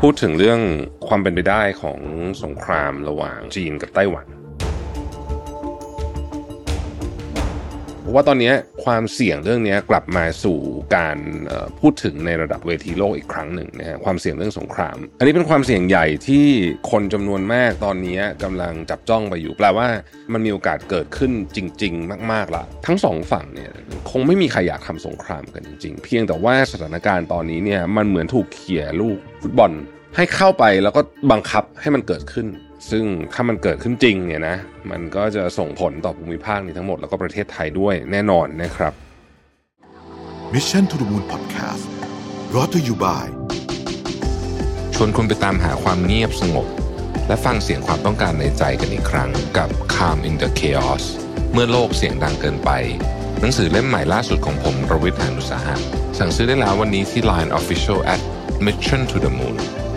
พูดถึงเรื่องความเป็นไปได้ของสงครามระหว่างจีนกับไต้หวันเพราะว่าตอนนี้ความเสี่ยงเรื่องนี้กลับมาสู่การพูดถึงในระดับเวทีโลกอีกครั้งหนึ่งนะฮะความเสี่ยงเรื่องสงครามอันนี้เป็นความเสี่ยงใหญ่ที่คนจำนวนมากตอนนี้กำลังจับจ้องไปอยู่แปลว่ามันมีโอกาสเกิดขึ้นจริงๆมากๆละทั้งสองฝั่งเนี่ยคงไม่มีใครอยากทำสงครามกันจริงๆเพียงแต่ว่าสถานการณ์ตอนนี้เนี่ยมันเหมือนถูกเขี่ยลูกฟุตบอลให้เข้าไปแล้วก็บังคับให้มันเกิดขึ้นซึ่งถ้ามันเกิดขึ้นจริงเนี่ยนะมันก็จะส่งผลต่อภูมิภาคนี้ทั้งหมดแล้วก็ประเทศไทยด้วยแน่นอนนะครับ Mission to the Moon Podcast brought to you by ชวนคุณไปตามหาความเงียบสงบและฟังเสียงความต้องการในใจกันอีกครั้งกับ Calm in the Chaos เมื่อโลกเสียงดังเกินไปหนังสือเล่มใหม่ล่าสุดของผมรวิทย์ หาญอุตสาหะสั่งซื้อได้แล้ววันนี้ที่ Line Official @Mission to the Moon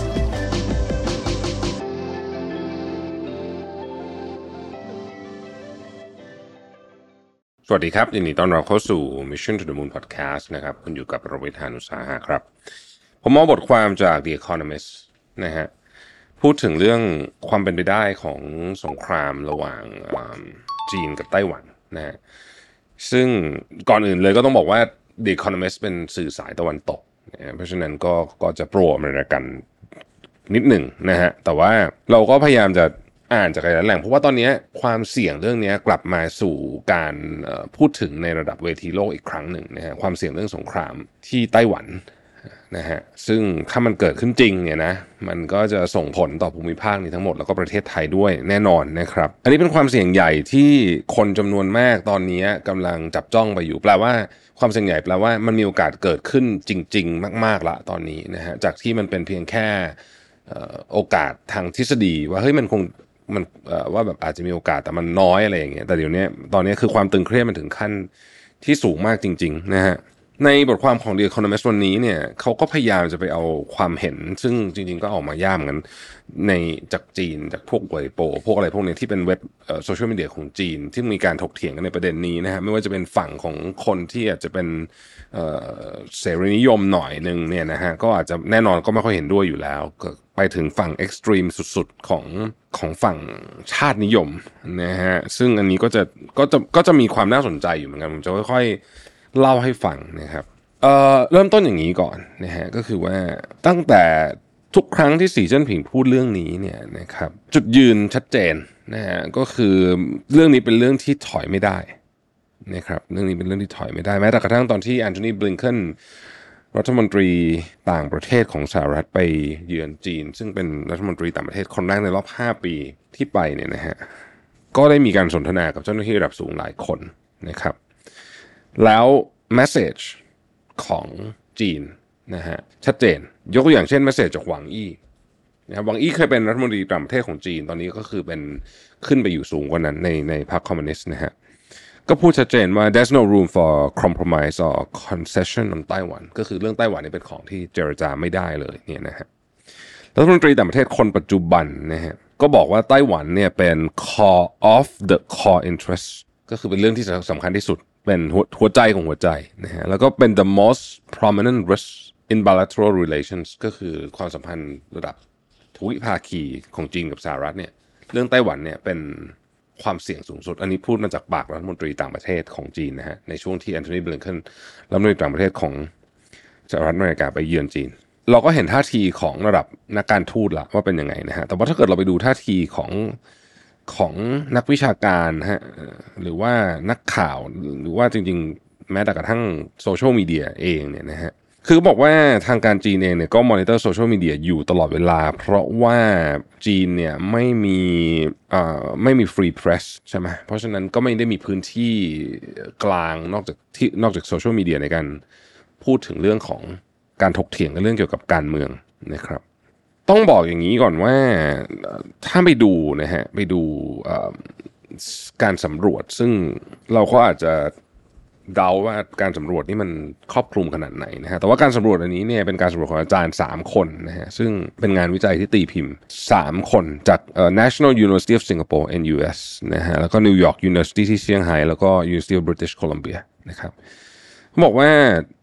สวัสดีครับยินดีต้อนรับเข้าสู่ Mission to the Moon Podcast นะครับคุณอยู่กับรวิทย์ หาญอุตสาหะครับผมเอาบทความจาก The Economist นะฮะพูดถึงเรื่องความเป็นไปได้ของสงครามระหว่างจีนกับไต้หวันนะฮะซึ่งก่อนอื่นเลยก็ต้องบอกว่า The Economist เป็นสื่อสายตะวันตกนะเพราะฉะนั้นก็จะโปรอเมริกันนิดหนึ่งนะฮะแต่ว่าเราก็พยายามจะอ่านจากหลายแหล่งเพราะว่าตอนนี้ความเสี่ยงเรื่องนี้กลับมาสู่การพูดถึงในระดับเวทีโลกอีกครั้งหนึ่งนะฮะความเสี่ยงเรื่องสงครามที่ไต้หวันนะฮะซึ่งถ้ามันเกิดขึ้นจริงเนี่ยนะมันก็จะส่งผลต่อภูมิภาคนี้ทั้งหมดแล้วก็ประเทศไทยด้วยแน่นอนนะครับอันนี้เป็นความเสี่ยงใหญ่ที่คนจำนวนมากตอนนี้กำลังจับจ้องไปอยู่แปลว่าความเสี่ยงใหญ่แปลว่ามันมีโอกาสเกิดขึ้นจริงๆมากๆละตอนนี้นะฮะจากที่มันเป็นเพียงแค่โอกาสทางทฤษฎีว่าเฮ้ยมันว่าแบบอาจจะมีโอกาสแต่มันน้อยอะไรอย่างเงี้ยแต่เดี๋ยวนี้ตอนนี้คือความตึงเครียดมันถึงขั้นที่สูงมากจริงๆนะฮะในบทความของ The Economist วันนี้เนี่ยเขาก็พยายามจะไปเอาความเห็นซึ่งจริงๆก็ออกมาย่ามกันในจากจีนจากพวกไวโปพวกอะไรพวกนี้ที่เป็นเว็บโซเชียลมีเดียของจีนที่มีการถกเถียงกันในประเด็นนี้นะฮะไม่ว่าจะเป็นฝั่งของคนที่อาจจะเป็นเสรีนิยมหน่อยนึงเนี่ยนะฮะก็อาจจะแน่นอนก็ไม่ค่อยเห็นด้วยอยู่แล้วก็ไปถึงฝั่งเอ็กซ์ตรีมสุดๆของฝั่งชาตินิยมนะฮะซึ่งอันนี้ก็จะมีความน่าสนใจอยู่เหมือนกันผมจะค่อยๆเล่าให้ฟังนะครับเริ่มต้นอย่างนี้ก่อนนะฮะก็คือว่าตั้งแต่ทุกครั้งที่สีจิ้นผิงพูดเรื่องนี้เนี่ยนะครับจุดยืนชัดเจนนะฮะก็คือเรื่องนี้เป็นเรื่องที่ถอยไม่ได้นะครับเรื่องนี้เป็นเรื่องที่ถอยไม่ได้แม้แต่กระทั่งตอนที่แอนโทนี บลิงเคนรัฐมนตรีต่างประเทศของสหรัฐไปเยือนจีนซึ่งเป็นรัฐมนตรีต่างประเทศคนแรกในรอบ5ปีที่ไปเนี่ยนะฮะก็ได้มีการสนทนากับเจ้าหน้าที่ระดับสูงหลายคนนะครับแล้วเมสเสจของจีนนะฮะชัดเจนยกตัวอย่างเช่นเมสเสจจากหวังอี้นะครับหวังอี้เคยเป็นรัฐมนตรีต่างประเทศของจีนตอนนี้ก็คือเป็นขึ้นไปอยู่สูงกว่านั้นในพรรคคอมมิวนิสต์นะฮะก็พูดชัดเจนว่า there's no room for compromise or concession on Taiwan ก็คือเรื่องไต้หวันนี่เป็นของที่เจรจาไม่ได้เลยเนี่ยนะฮะรัฐมนตรีต่างประเทศคนปัจจุบันนะฮะก็บอกว่าไต้หวันเนี่ยเป็น core of the core interest ก็คือเป็นเรื่องที่สำคัญที่สุดเป็นหัวใจของหัวใจนะฮะแล้วก็เป็น the most prominent risk in bilateral relations ก็คือความสัมพันธ์ระดับทวิภาคีของจีนกับสหรัฐเนี่ยเรื่องไต้หวันเนี่ยเป็นความเสี่ยงสูงสุดอันนี้พูดมาจากปากรัฐมนตรีต่างประเทศของจีนนะฮะในช่วงที่แอนโทนี บลิงเคนรัฐมนตรีต่างประเทศของสหรัฐอเมริกาไปเยือนจีนเราก็เห็นท่าทีของระดับนักการทูตละว่าเป็นยังไงนะฮะแต่ว่าถ้าเกิดเราไปดูท่าทีของนักวิชาการฮะหรือว่านักข่าวหรือว่าจริงๆแม้แต่กระทั่งโซเชียลมีเดียเองเนี่ยนะฮะคือบอกว่าทางการจีนเองเนี่ยก็มอนิเตอร์โซเชียลมีเดียอยู่ตลอดเวลาเพราะว่าจีนเนี่ยไม่มีฟรีเพรสใช่ไหมเพราะฉะนั้นก็ไม่ได้มีพื้นที่กลางนอกจากโซเชียลมีเดียในการพูดถึงเรื่องของการถกเถียงกันเรื่องเกี่ยวกับการเมืองนะครับต้องบอกอย่างนี้ก่อนว่าถ้าไปดูนะฮะไปดูการสำรวจซึ่งเราก็อาจจะเดาว่าการสำรวจนี่มันครอบคลุมขนาดไหนนะฮะแต่ว่าการสำรวจอันนี้เนี่ยเป็นการสำรวจของอาจารย์3คนนะฮะซึ่งเป็นงานวิจัยที่ตีพิมพ์3คนจากNational University of Singapore NUS นะฮะแล้วก็ New York University ที่เซี่ยงไฮ้แล้วก็ University of British Columbia นะครับเขาบอกว่า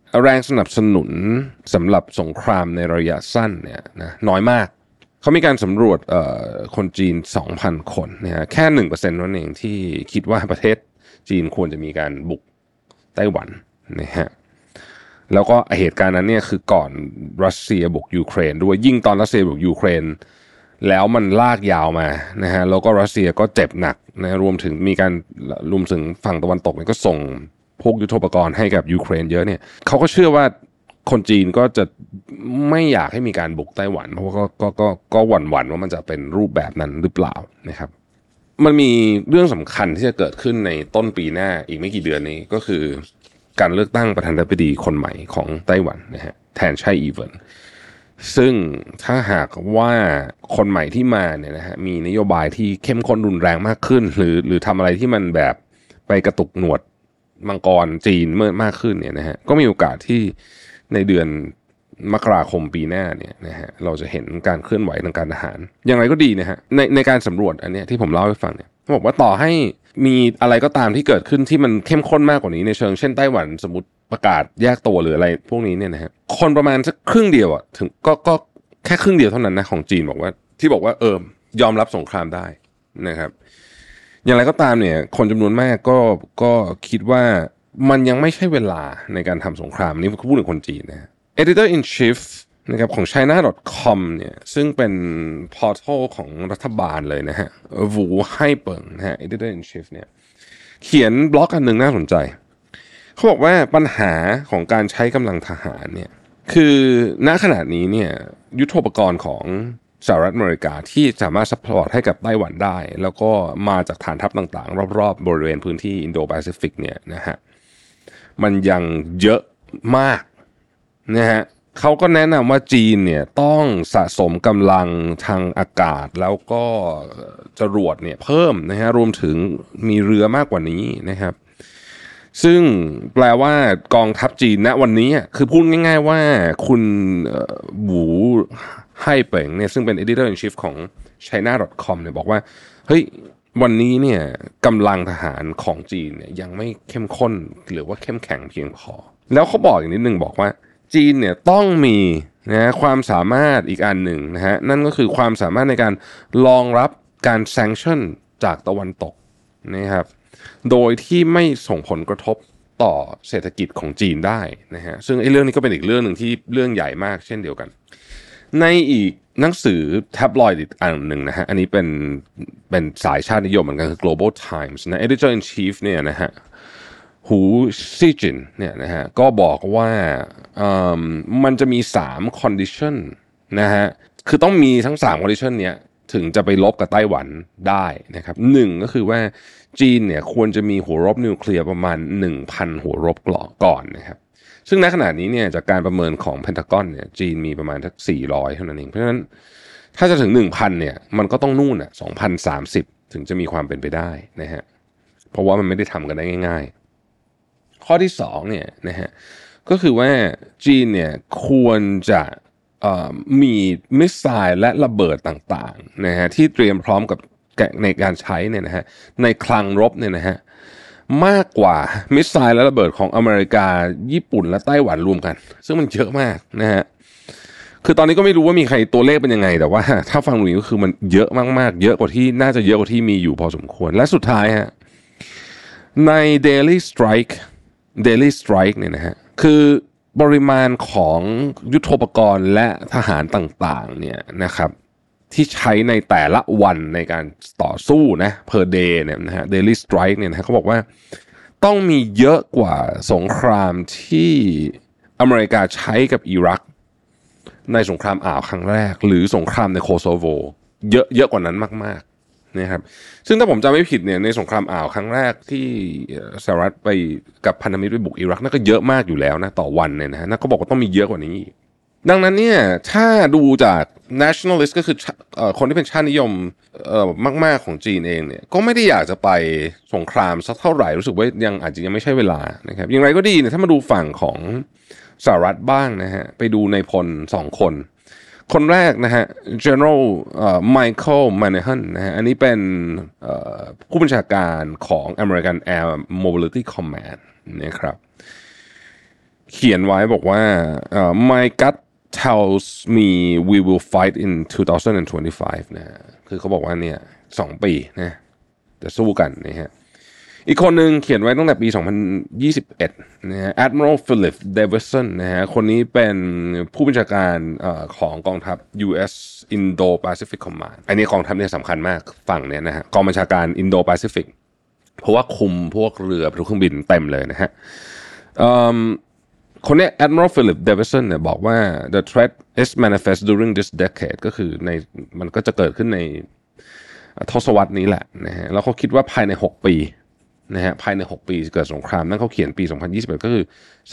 แรงสนับสนุนสำหรับสงครามในระยะสั้นเนี่ยนะน้อยมากเขามีการสำรวจคนจีน 2,000 คนนะฮะแค่ 1% นั่นเองที่คิดว่าประเทศจีนควรจะมีการบุกไต้หวันนะฮะแล้วก็เหตุการณ์นั้นเนี่ยคือก่อนรัสเซียบุกยูเครนด้วยยิ่งตอนรัสเซียบุกยูเครนแล้วมันลากยาวมานะฮะแล้วก็รัสเซียก็เจ็บหนักนะรวมถึงฝั่งตะวันตกเนี่ยก็ส่งพวกยุทโธปกรณ์ให้กับยูเครนเยอะเนี่ยเขาก็เชื่อว่าคนจีนก็จะไม่อยากให้มีการบุกไต้หวันเพราะว่าก็หวั่นว่ามันจะเป็นรูปแบบนั้นหรือเปล่านะครับมันมีเรื่องสำคัญที่จะเกิดขึ้นในต้นปีหน้าอีกไม่กี่เดือนนี้ก็คือการเลือกตั้งประธานาธิบดีคนใหม่ของไต้หวันนะฮะแทนไช่อีเวินซึ่งถ้าหากว่าคนใหม่ที่มาเนี่ยนะฮะมีนโยบายที่เข้มข้นรุนแรงมากขึ้นหรือทำอะไรที่มันแบบไปกระตุกหนวดมังกรจีนมากขึ้นเนี่ยนะฮะก็มีโอกาสที่ในเดือนมกราคมปีหน้าเนี่ยนะฮะเราจะเห็นการเคลื่อนไหวทางการทหารอย่างไรก็ดีนะฮะในการสำรวจอันเนี้ยที่ผมเล่าให้ฟังเนี่ยเขาบอกว่าต่อให้มีอะไรก็ตามที่เกิดขึ้นที่มันเข้มข้นมากกว่านี้ในเชิงเช่นไต้หวันสมมติประกาศแยกตัวหรืออะไรพวกนี้เนี่ยนะฮะคนประมาณสักครึ่งเดียวอ่ะถึงก็แค่ครึ่งเดียวเท่านั้นนะของจีนบอกว่ายอมรับสงครามได้นะครับอย่างไรก็ตามเนี่ยคนจำนวนมากก็คิดว่ามันยังไม่ใช่เวลาในการทำสงครามนี่พูดถึงคนจีนนะ Editor in Chief นะครับของ China.com เนี่ยซึ่งเป็นพอร์ทัลของรัฐบาลเลยนะฮะวูไห่เปิงนะฮะ Editor in Chief เนี่ยเขียนบล็อกอันหนึ่งน่าสนใจเขาบอกว่าปัญหาของการใช้กำลังทหารเนี่ยคือณขณะนี้เนี่ยยุทโธปกรณ์ของสหรัฐอเมริกาที่สามารถซัพพอร์ตให้กับไต้หวันได้แล้วก็มาจากฐานทัพต่างๆรอบๆบริเวณพื้นที่อินโดแปซิฟิกเนี่ยนะฮะมันยังเยอะมากนะฮะเขาก็แนะนำว่าจีนเนี่ยต้องสะสมกำลังทางอากาศแล้วก็จรวดเนี่ยเพิ่มนะฮะรวมถึงมีเรือมากกว่านี้นะครับซึ่งแปลว่ากองทัพจีนณวันนี้คือพูดง่ายๆว่าคุณหวูไห่เป่งเนี่ยซึ่งเป็น Editor in Chief ของ China.com เนี่ยบอกว่าเฮ้ยวันนี้เนี่ยกำลังทหารของจีนเนี่ยยังไม่เข้มข้นหรือว่าเข้มแข็งเพียงพอแล้วเขาบอกอย่างนิดนึงบอกว่าจีนเนี่ยต้องมีนะความสามารถอีกอันหนึ่งนะฮะนั่นก็คือความสามารถในการรองรับการแซงชั่นจากตะวันตกนะครับโดยที่ไม่ส่งผลกระทบต่อเศรษฐกิจของจีนได้นะฮะซึ่งไอ้เรื่องนี้ก็เป็นอีกเรื่องหนึ่งที่เรื่องใหญ่มากเช่นเดียวกันในอีกหนังสือแท็บลอยด์อีกอันหนึ่งนะฮะอันนี้เป็นสายชาตินิยมเหมือนกันคือ Global Times นะ Editor in Chief เนี่ยนะฮะหูซีจินเนี่ยนะฮะก็บอกว่ามันจะมี3 condition นะฮะคือต้องมีทั้ง3 condition เนี้ยถึงจะไปลบกับไต้หวันได้นะครับ1ก็คือว่าจีนเนี่ยควรจะมีหัวรบนิวเคลียร์ประมาณ 1,000 หัวรบก่อนนะครับซึ่งณขณะนี้เนี่ยจากการประเมินของเพนทากอนเนี่ยจีนมีประมาณสัก400เท่านั้นเองเพราะฉะนั้นถ้าจะถึง 1,000 เนี่ยมันก็ต้องนู่น2030ถึงจะมีความเป็นไปได้นะฮะเพราะว่ามันไม่ได้ทำกันได้ง่ายๆข้อที่2เนี่ยนะฮะก็คือว่าจีนเนี่ยควรจะมีมิสไซล์และระเบิดต่างๆนะฮะที่เตรียมพร้อมกับในการใช้เนี่ยนะฮะในคลังรบเนี่ยนะฮะมากกว่ามิสไซล์และระเบิดของอเมริกาญี่ปุ่นและไต้หวันรวมกันซึ่งมันเยอะมากนะฮะคือตอนนี้ก็ไม่รู้ว่ามีใครตัวเลขเป็นยังไงแต่ว่าถ้าฟังดูก็คือมันเยอะมากๆเยอะกว่าที่น่าจะเยอะกว่าที่มีอยู่พอสมควรและสุดท้ายฮะใน Daily Strike เนี่ยนะฮะคือปริมาณของยุทโธปกรณ์และทหารต่างๆเนี่ยนะครับที่ใช้ในแต่ละวันในการต่อสู้นะ per day เนี่ยนะฮะ daily strike เนี่ยนะเขาบอกว่าต้องมีเยอะกว่าสงครามที่อเมริกาใช้กับอิรักในสงครามอ่าวครั้งแรกหรือสงครามในโคโซโวเยอะกว่านั้นมากๆนะครับซึ่งถ้าผมจำไม่ผิดเนี่ยในสงครามอ่าวครั้งแรกที่สหรัฐไปกับพันธมิตรไปบุกอิรักนั่นก็เยอะมากอยู่แล้วนะต่อวันเนี่ยนะนั่นก็บอกว่าต้องมีเยอะกว่านี้ดังนั้นเนี่ยถ้าดูจาก nationalist ก็คือคนที่เป็นชาตินิยมมากๆของจีนเองเนี่ยก็ไม่ได้อยากจะไปสงครามสักเท่าไหร่รู้สึกว่าอาจจะยังไม่ใช่เวลานะครับอย่างไรก็ดีเนี่ยถ้ามาดูฝั่งของสหรัฐบ้างนะฮะไปดูในพล2 คนแรกนะฮะ General Michael Manahan นะฮะอันนี้เป็นผู้บัญชาการของ American Air Mobility Command นะครับเขียนไว้บอกว่าmy gut tells me we will fight in 2025นะคือเขาบอกว่าเนี่ย2 ปีนะจะสู้กันนะฮะอีกคนหนึ่งเขียนไว้ตั้งแต่ปี2021นะฮะ Admiral Philip Davidson นะฮะคนนี้เป็นผู้บัญชาการของกองทัพ US Indo-Pacific Command อันนี้กองทัพเนี่ยสำคัญมากฝั่งเนี่ยนะฮะกองบัญชาการ Indo-Pacific เพราะว่าคุมพวกเรือเครื่องบินเต็มเลยนะฮะคนนี้ Admiral Philip Davidson เนี่ยบอกว่า the threat is manifest during this decade ก็คือมันก็จะเกิดขึ้นในทศวรรษนี้แหละนะฮะแล้วเขาคิดว่าภายใน6 ปีนะฮะภายใน6 ปีเกิดสงครามนั่นเขาเขียนปี2021ก็คือ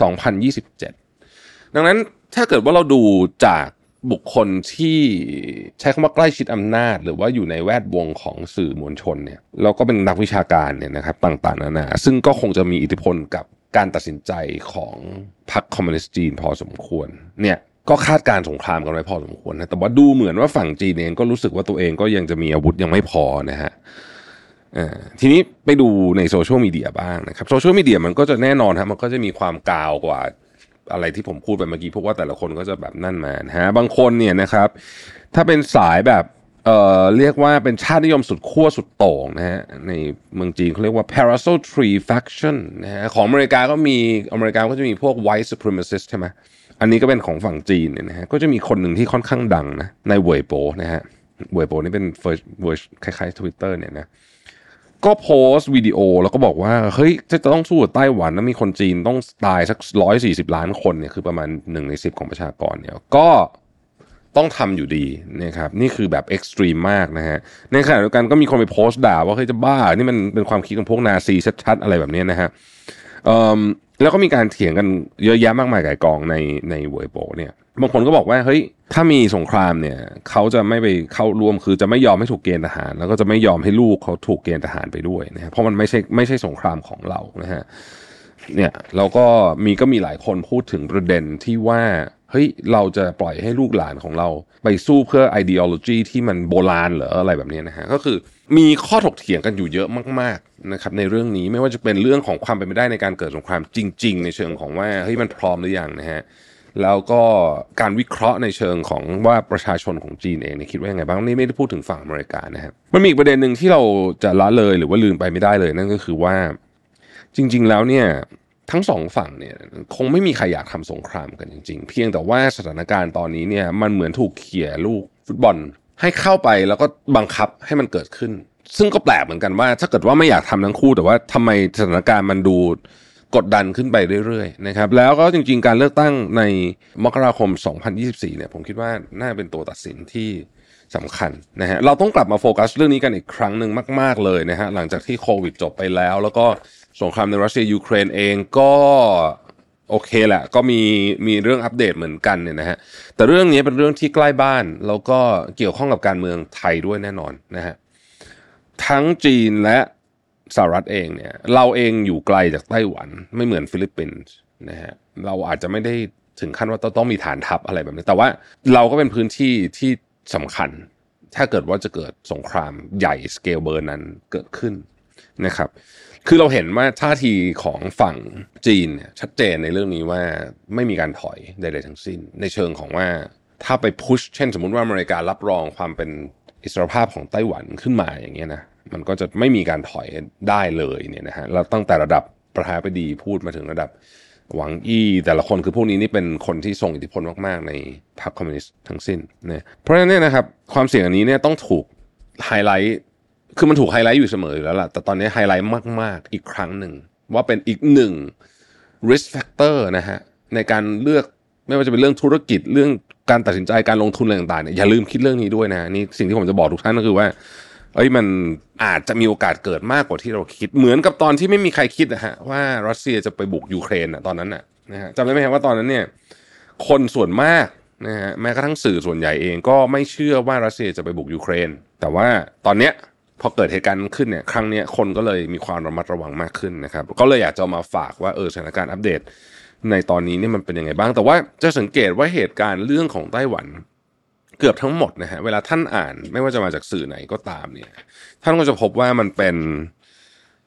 2027ดังนั้นถ้าเกิดว่าเราดูจากบุคคลที่ใช้คำว่าใกล้ชิดอำนาจหรือว่าอยู่ในแวดวงของสื่อมวลชนเนี่ยแล้วก็เป็นนักวิชาการเนี่ยนะครับต่างๆนานาซึ่งก็คงจะมีอิทธิพลกับการตัดสินใจของพรรคคอมมิวนิสต์จีนพอสมควรเนี่ยก็คาดการสงครามกันไว้พอสมควรนะแต่ว่าดูเหมือนว่าฝั่งจีนเองก็รู้สึกว่าตัวเองก็ยังจะมีอาวุธยังไม่พอนะฮะทีนี้ไปดูในโซเชียลมีเดียบ้างนะครับโซเชียลมีเดียมันก็จะแน่นอนครับมันก็จะมีความกาวกว่าอะไรที่ผมพูดไปเมื่อกี้เพราะว่าแต่ละคนก็จะแบบนั่นมานะฮะบางคนเนี่ยนะครับถ้าเป็นสายแบบเรียกว่าเป็นชาตินิยมสุดขั้วสุดโต่งนะฮะในเมืองจีนเขาเรียกว่า Parasol Tree Faction นะฮะของอเมริกาก็จะมีพวก White Supremacist ใช่ไหมอันนี้ก็เป็นของฝั่งจีนเนี่ยนะฮะก็จะมีคนหนึ่งที่ค่อนข้างดังนะในเว่ยโปนะฮะเว่ยโปนี่เป็นเวอร์คล้ายๆ Twitter เนี่ยนะก็โพสต์วิดีโอแล้วก็บอกว่าเฮ้ยจะต้องสู้กับไต้หวันนะมีคนจีนต้องตายสัก140 ล้านคนเนี่ยคือประมาณ1 ใน 10ของประชากรเนี่ยก็ต้องทำอยู่ดีนะครับนี่คือแบบเอ็กซ์ตรีมมากนะฮะในขณะเดียวกันก็มีคนไปโพสต์ด่าว่าเฮ้ยจะบ้านี่มันเป็นความคิดของพวกนาซีชัดๆอะไรแบบนี้นะฮะแล้วก็มีการเถียงกันเยอะแยะมากมายก่ายกองในเว็บโปเนี่ยบางคนก็บอกว่าเฮ้ยถ้ามีสงครามเนี่ยเขาจะไม่ไปเข้าร่วมคือจะไม่ยอมให้ถูกเกณฑ์ทหารแล้วก็จะไม่ยอมให้ลูกเขาถูกเกณฑ์ทหารไปด้วยนะฮะเพราะมันไม่ใช่สงครามของเรานะฮะเนี่ยแล้วก็มีหลายคนพูดถึงประเด็นที่ว่าเฮ้ยเราจะปล่อยให้ลูกหลานของเราไปสู้เพื่อ ideology ที่มันโบราณเหรออะไรแบบนี้นะฮะก็คือมีข้อถกเถียงกันอยู่เยอะมากๆนะครับในเรื่องนี้ไม่ว่าจะเป็นเรื่องของความเป็นไปได้ในการเกิดสงครามจริงๆในเชิงของว่าเฮ้ยมันพร้อมหรือยังนะฮะแล้วก็การวิเคราะห์ในเชิงของว่าประชาชนของจีนเองเนี่ยคิดว่ายังไงบ้างนี่ไม่ได้พูดถึงฝั่งอเมริกานะครับมันมีอีกประเด็นหนึ่งที่เราจะละเลยหรือว่าลืมไปไม่ได้เลยนั่นก็คือว่าจริงๆแล้วเนี่ยทั้งสองฝั่งเนี่ยคงไม่มีใครอยากทำสงครามกันจริงๆเพียงแต่ว่าสถานการณ์ตอนนี้เนี่ยมันเหมือนถูกเขี่ยลูกฟุตบอลให้เข้าไปแล้วก็บังคับให้มันเกิดขึ้นซึ่งก็แปลกเหมือนกันว่าถ้าเกิดว่าไม่อยากทำทั้งคู่แต่ว่าทำไมสถานการณ์มันดูกดดันขึ้นไปเรื่อยๆนะครับแล้วก็จริงๆการเลือกตั้งในมกราคม2024เนี่ยผมคิดว่าน่าเป็นตัวตัดสินที่สำคัญนะฮะเราต้องกลับมาโฟกัสเรื่องนี้กันอีกครั้งหนึ่งมากๆเลยนะฮะหลังจากที่โควิดจบไปแล้วก็สงครามในรัสเซียยูเครนเองก็โอเคแหละก็มีเรื่องอัปเดตเหมือนกันเนี่ยนะฮะแต่เรื่องนี้เป็นเรื่องที่ใกล้บ้านแล้วก็เกี่ยวข้องกับการเมืองไทยด้วยแน่นอนนะฮะทั้งจีนและสหรัฐเองเนี่ยเราเองอยู่ไกลจากไต้หวันไม่เหมือนฟิลิปปินส์นะฮะเราอาจจะไม่ได้ถึงขั้นว่าต้องมีฐานทัพอะไรแบบนี้แต่ว่าเราก็เป็นพื้นที่ที่สำคัญถ้าเกิดว่าจะเกิดสงครามใหญ่สเกลเบอร์นั้นเกิดขึ้นนะครับคือเราเห็นว่าท่าทีของฝั่งจีนเนี่ยชัดเจนในเรื่องนี้ว่าไม่มีการถอยใดๆทั้งสิ้นในเชิงของว่าถ้าไปพุชเช่นสมมุติว่าอเมริการับรองความเป็นอิสรภาพของไต้หวันขึ้นมาอย่างเงี้ยนะมันก็จะไม่มีการถอยได้เลยเนี่ยนะฮะแล้วตั้งแต่ระดับประธานาธิบดีพูดมาถึงระดับหวังอี้แต่ละคนคือพวกนี้นี่เป็นคนที่ทรงอิทธิพลมากๆในพรรคคอมมิวนิสต์ทั้งสิ้นนะเพราะฉะนั้นเนี่ยนะครับความเสี่ยงอันนี้เนี่ยต้องถูกไฮไลท์คือมันถูกไฮไลท์อยู่เสมออยู่แล้วล่ะแต่ตอนนี้ไฮไลท์มากๆอีกครั้งหนึ่งว่าเป็นอีกหนึ่ง risk factor นะฮะในการเลือกไม่ว่าจะเป็นเรื่องธุรกิจเรื่องการตัดสินใจการลงทุนอะไรต่างๆเนี่ยอย่าลืมคิดเรื่องนี้ด้วยนะนี่สิ่งที่ผมจะบอกทุกท่านก็คือว่ามันอาจจะมีโอกาสเกิดมากกว่าที่เราคิดเหมือนกับตอนที่ไม่มีใครคิดนะฮะว่ารัสเซียจะไปบุกยูเครนตอนนั้นนะฮะจำได้ไหมครับว่าตอนนั้นเนี่ยคนส่วนมากนะฮะแม้กระทั่งสื่อส่วนใหญ่เองก็ไม่เชื่อว่ารัสเซียจะไปบุกยูเครนแต่ว่าตอนเนี้ยพอเกิดเหตุการณ์ขึ้นเนี่ยครั้งเนี้ยคนก็เลยมีความระมัดระวังมากขึ้นนะครับก็เลยอยากจะมาฝากว่าสถานการณ์อัปเดตในตอนนี้นี่มันเป็นยังไงบ้างแต่ว่าจะสังเกตว่าเหตุการณ์เรื่องของไต้หวันเกือบทั้งหมดนะฮะเวลาท่านอ่านไม่ว่าจะมาจากสื่อไหนก็ตามเนี่ยท่านก็จะพบว่ามันเป็น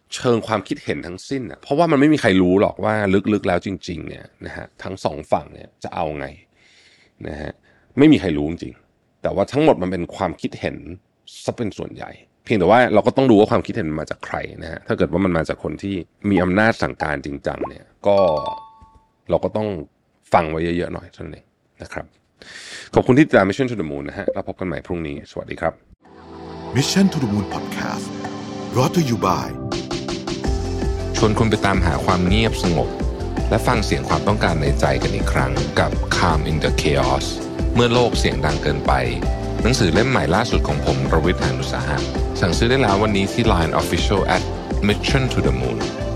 เชิงความคิดเห็นทั้งสิ้นเพราะว่ามันไม่มีใครรู้หรอกว่าลึกๆแล้วจริงๆเนี่ยนะฮะทั้งสองฝั่งเนี่ยจะเอาไงนะฮะไม่มีใครรู้จริงๆแต่ว่าทั้งหมดมันเป็นความคิดเห็นซะเป็นส่วนใหญ่เพียงแต่ว่าเราก็ต้องดูว่าความคิดเห็นมันมาจากใครนะฮะถ้าเกิดว่ามันมาจากคนที่มีอำนาจสั่งการจริงจังเนี่ยก็เราก็ต้องฟังไว้เยอะๆหน่อยเท่านั้นเองนะครับขอบคุณที่ติดตาม Mission to the Moon นะฮะแล้วพบกันใหม่พรุ่งนี้สวัสดีครับ Mission to the Moon Podcast brought to you by ชวนคุณไปตามหาความเงียบสงบและฟังเสียงความต้องการในใจกันอีกครั้งกับ Calm in the Chaos เมื่อโลกเสียงดังเกินไปหนังสือเล่มใหม่ล่าสุดของผมรวิทย์ หาญอุตสาหะสั่งซื้อได้แล้ววันนี้ที่ Line Official @Mission to the Moon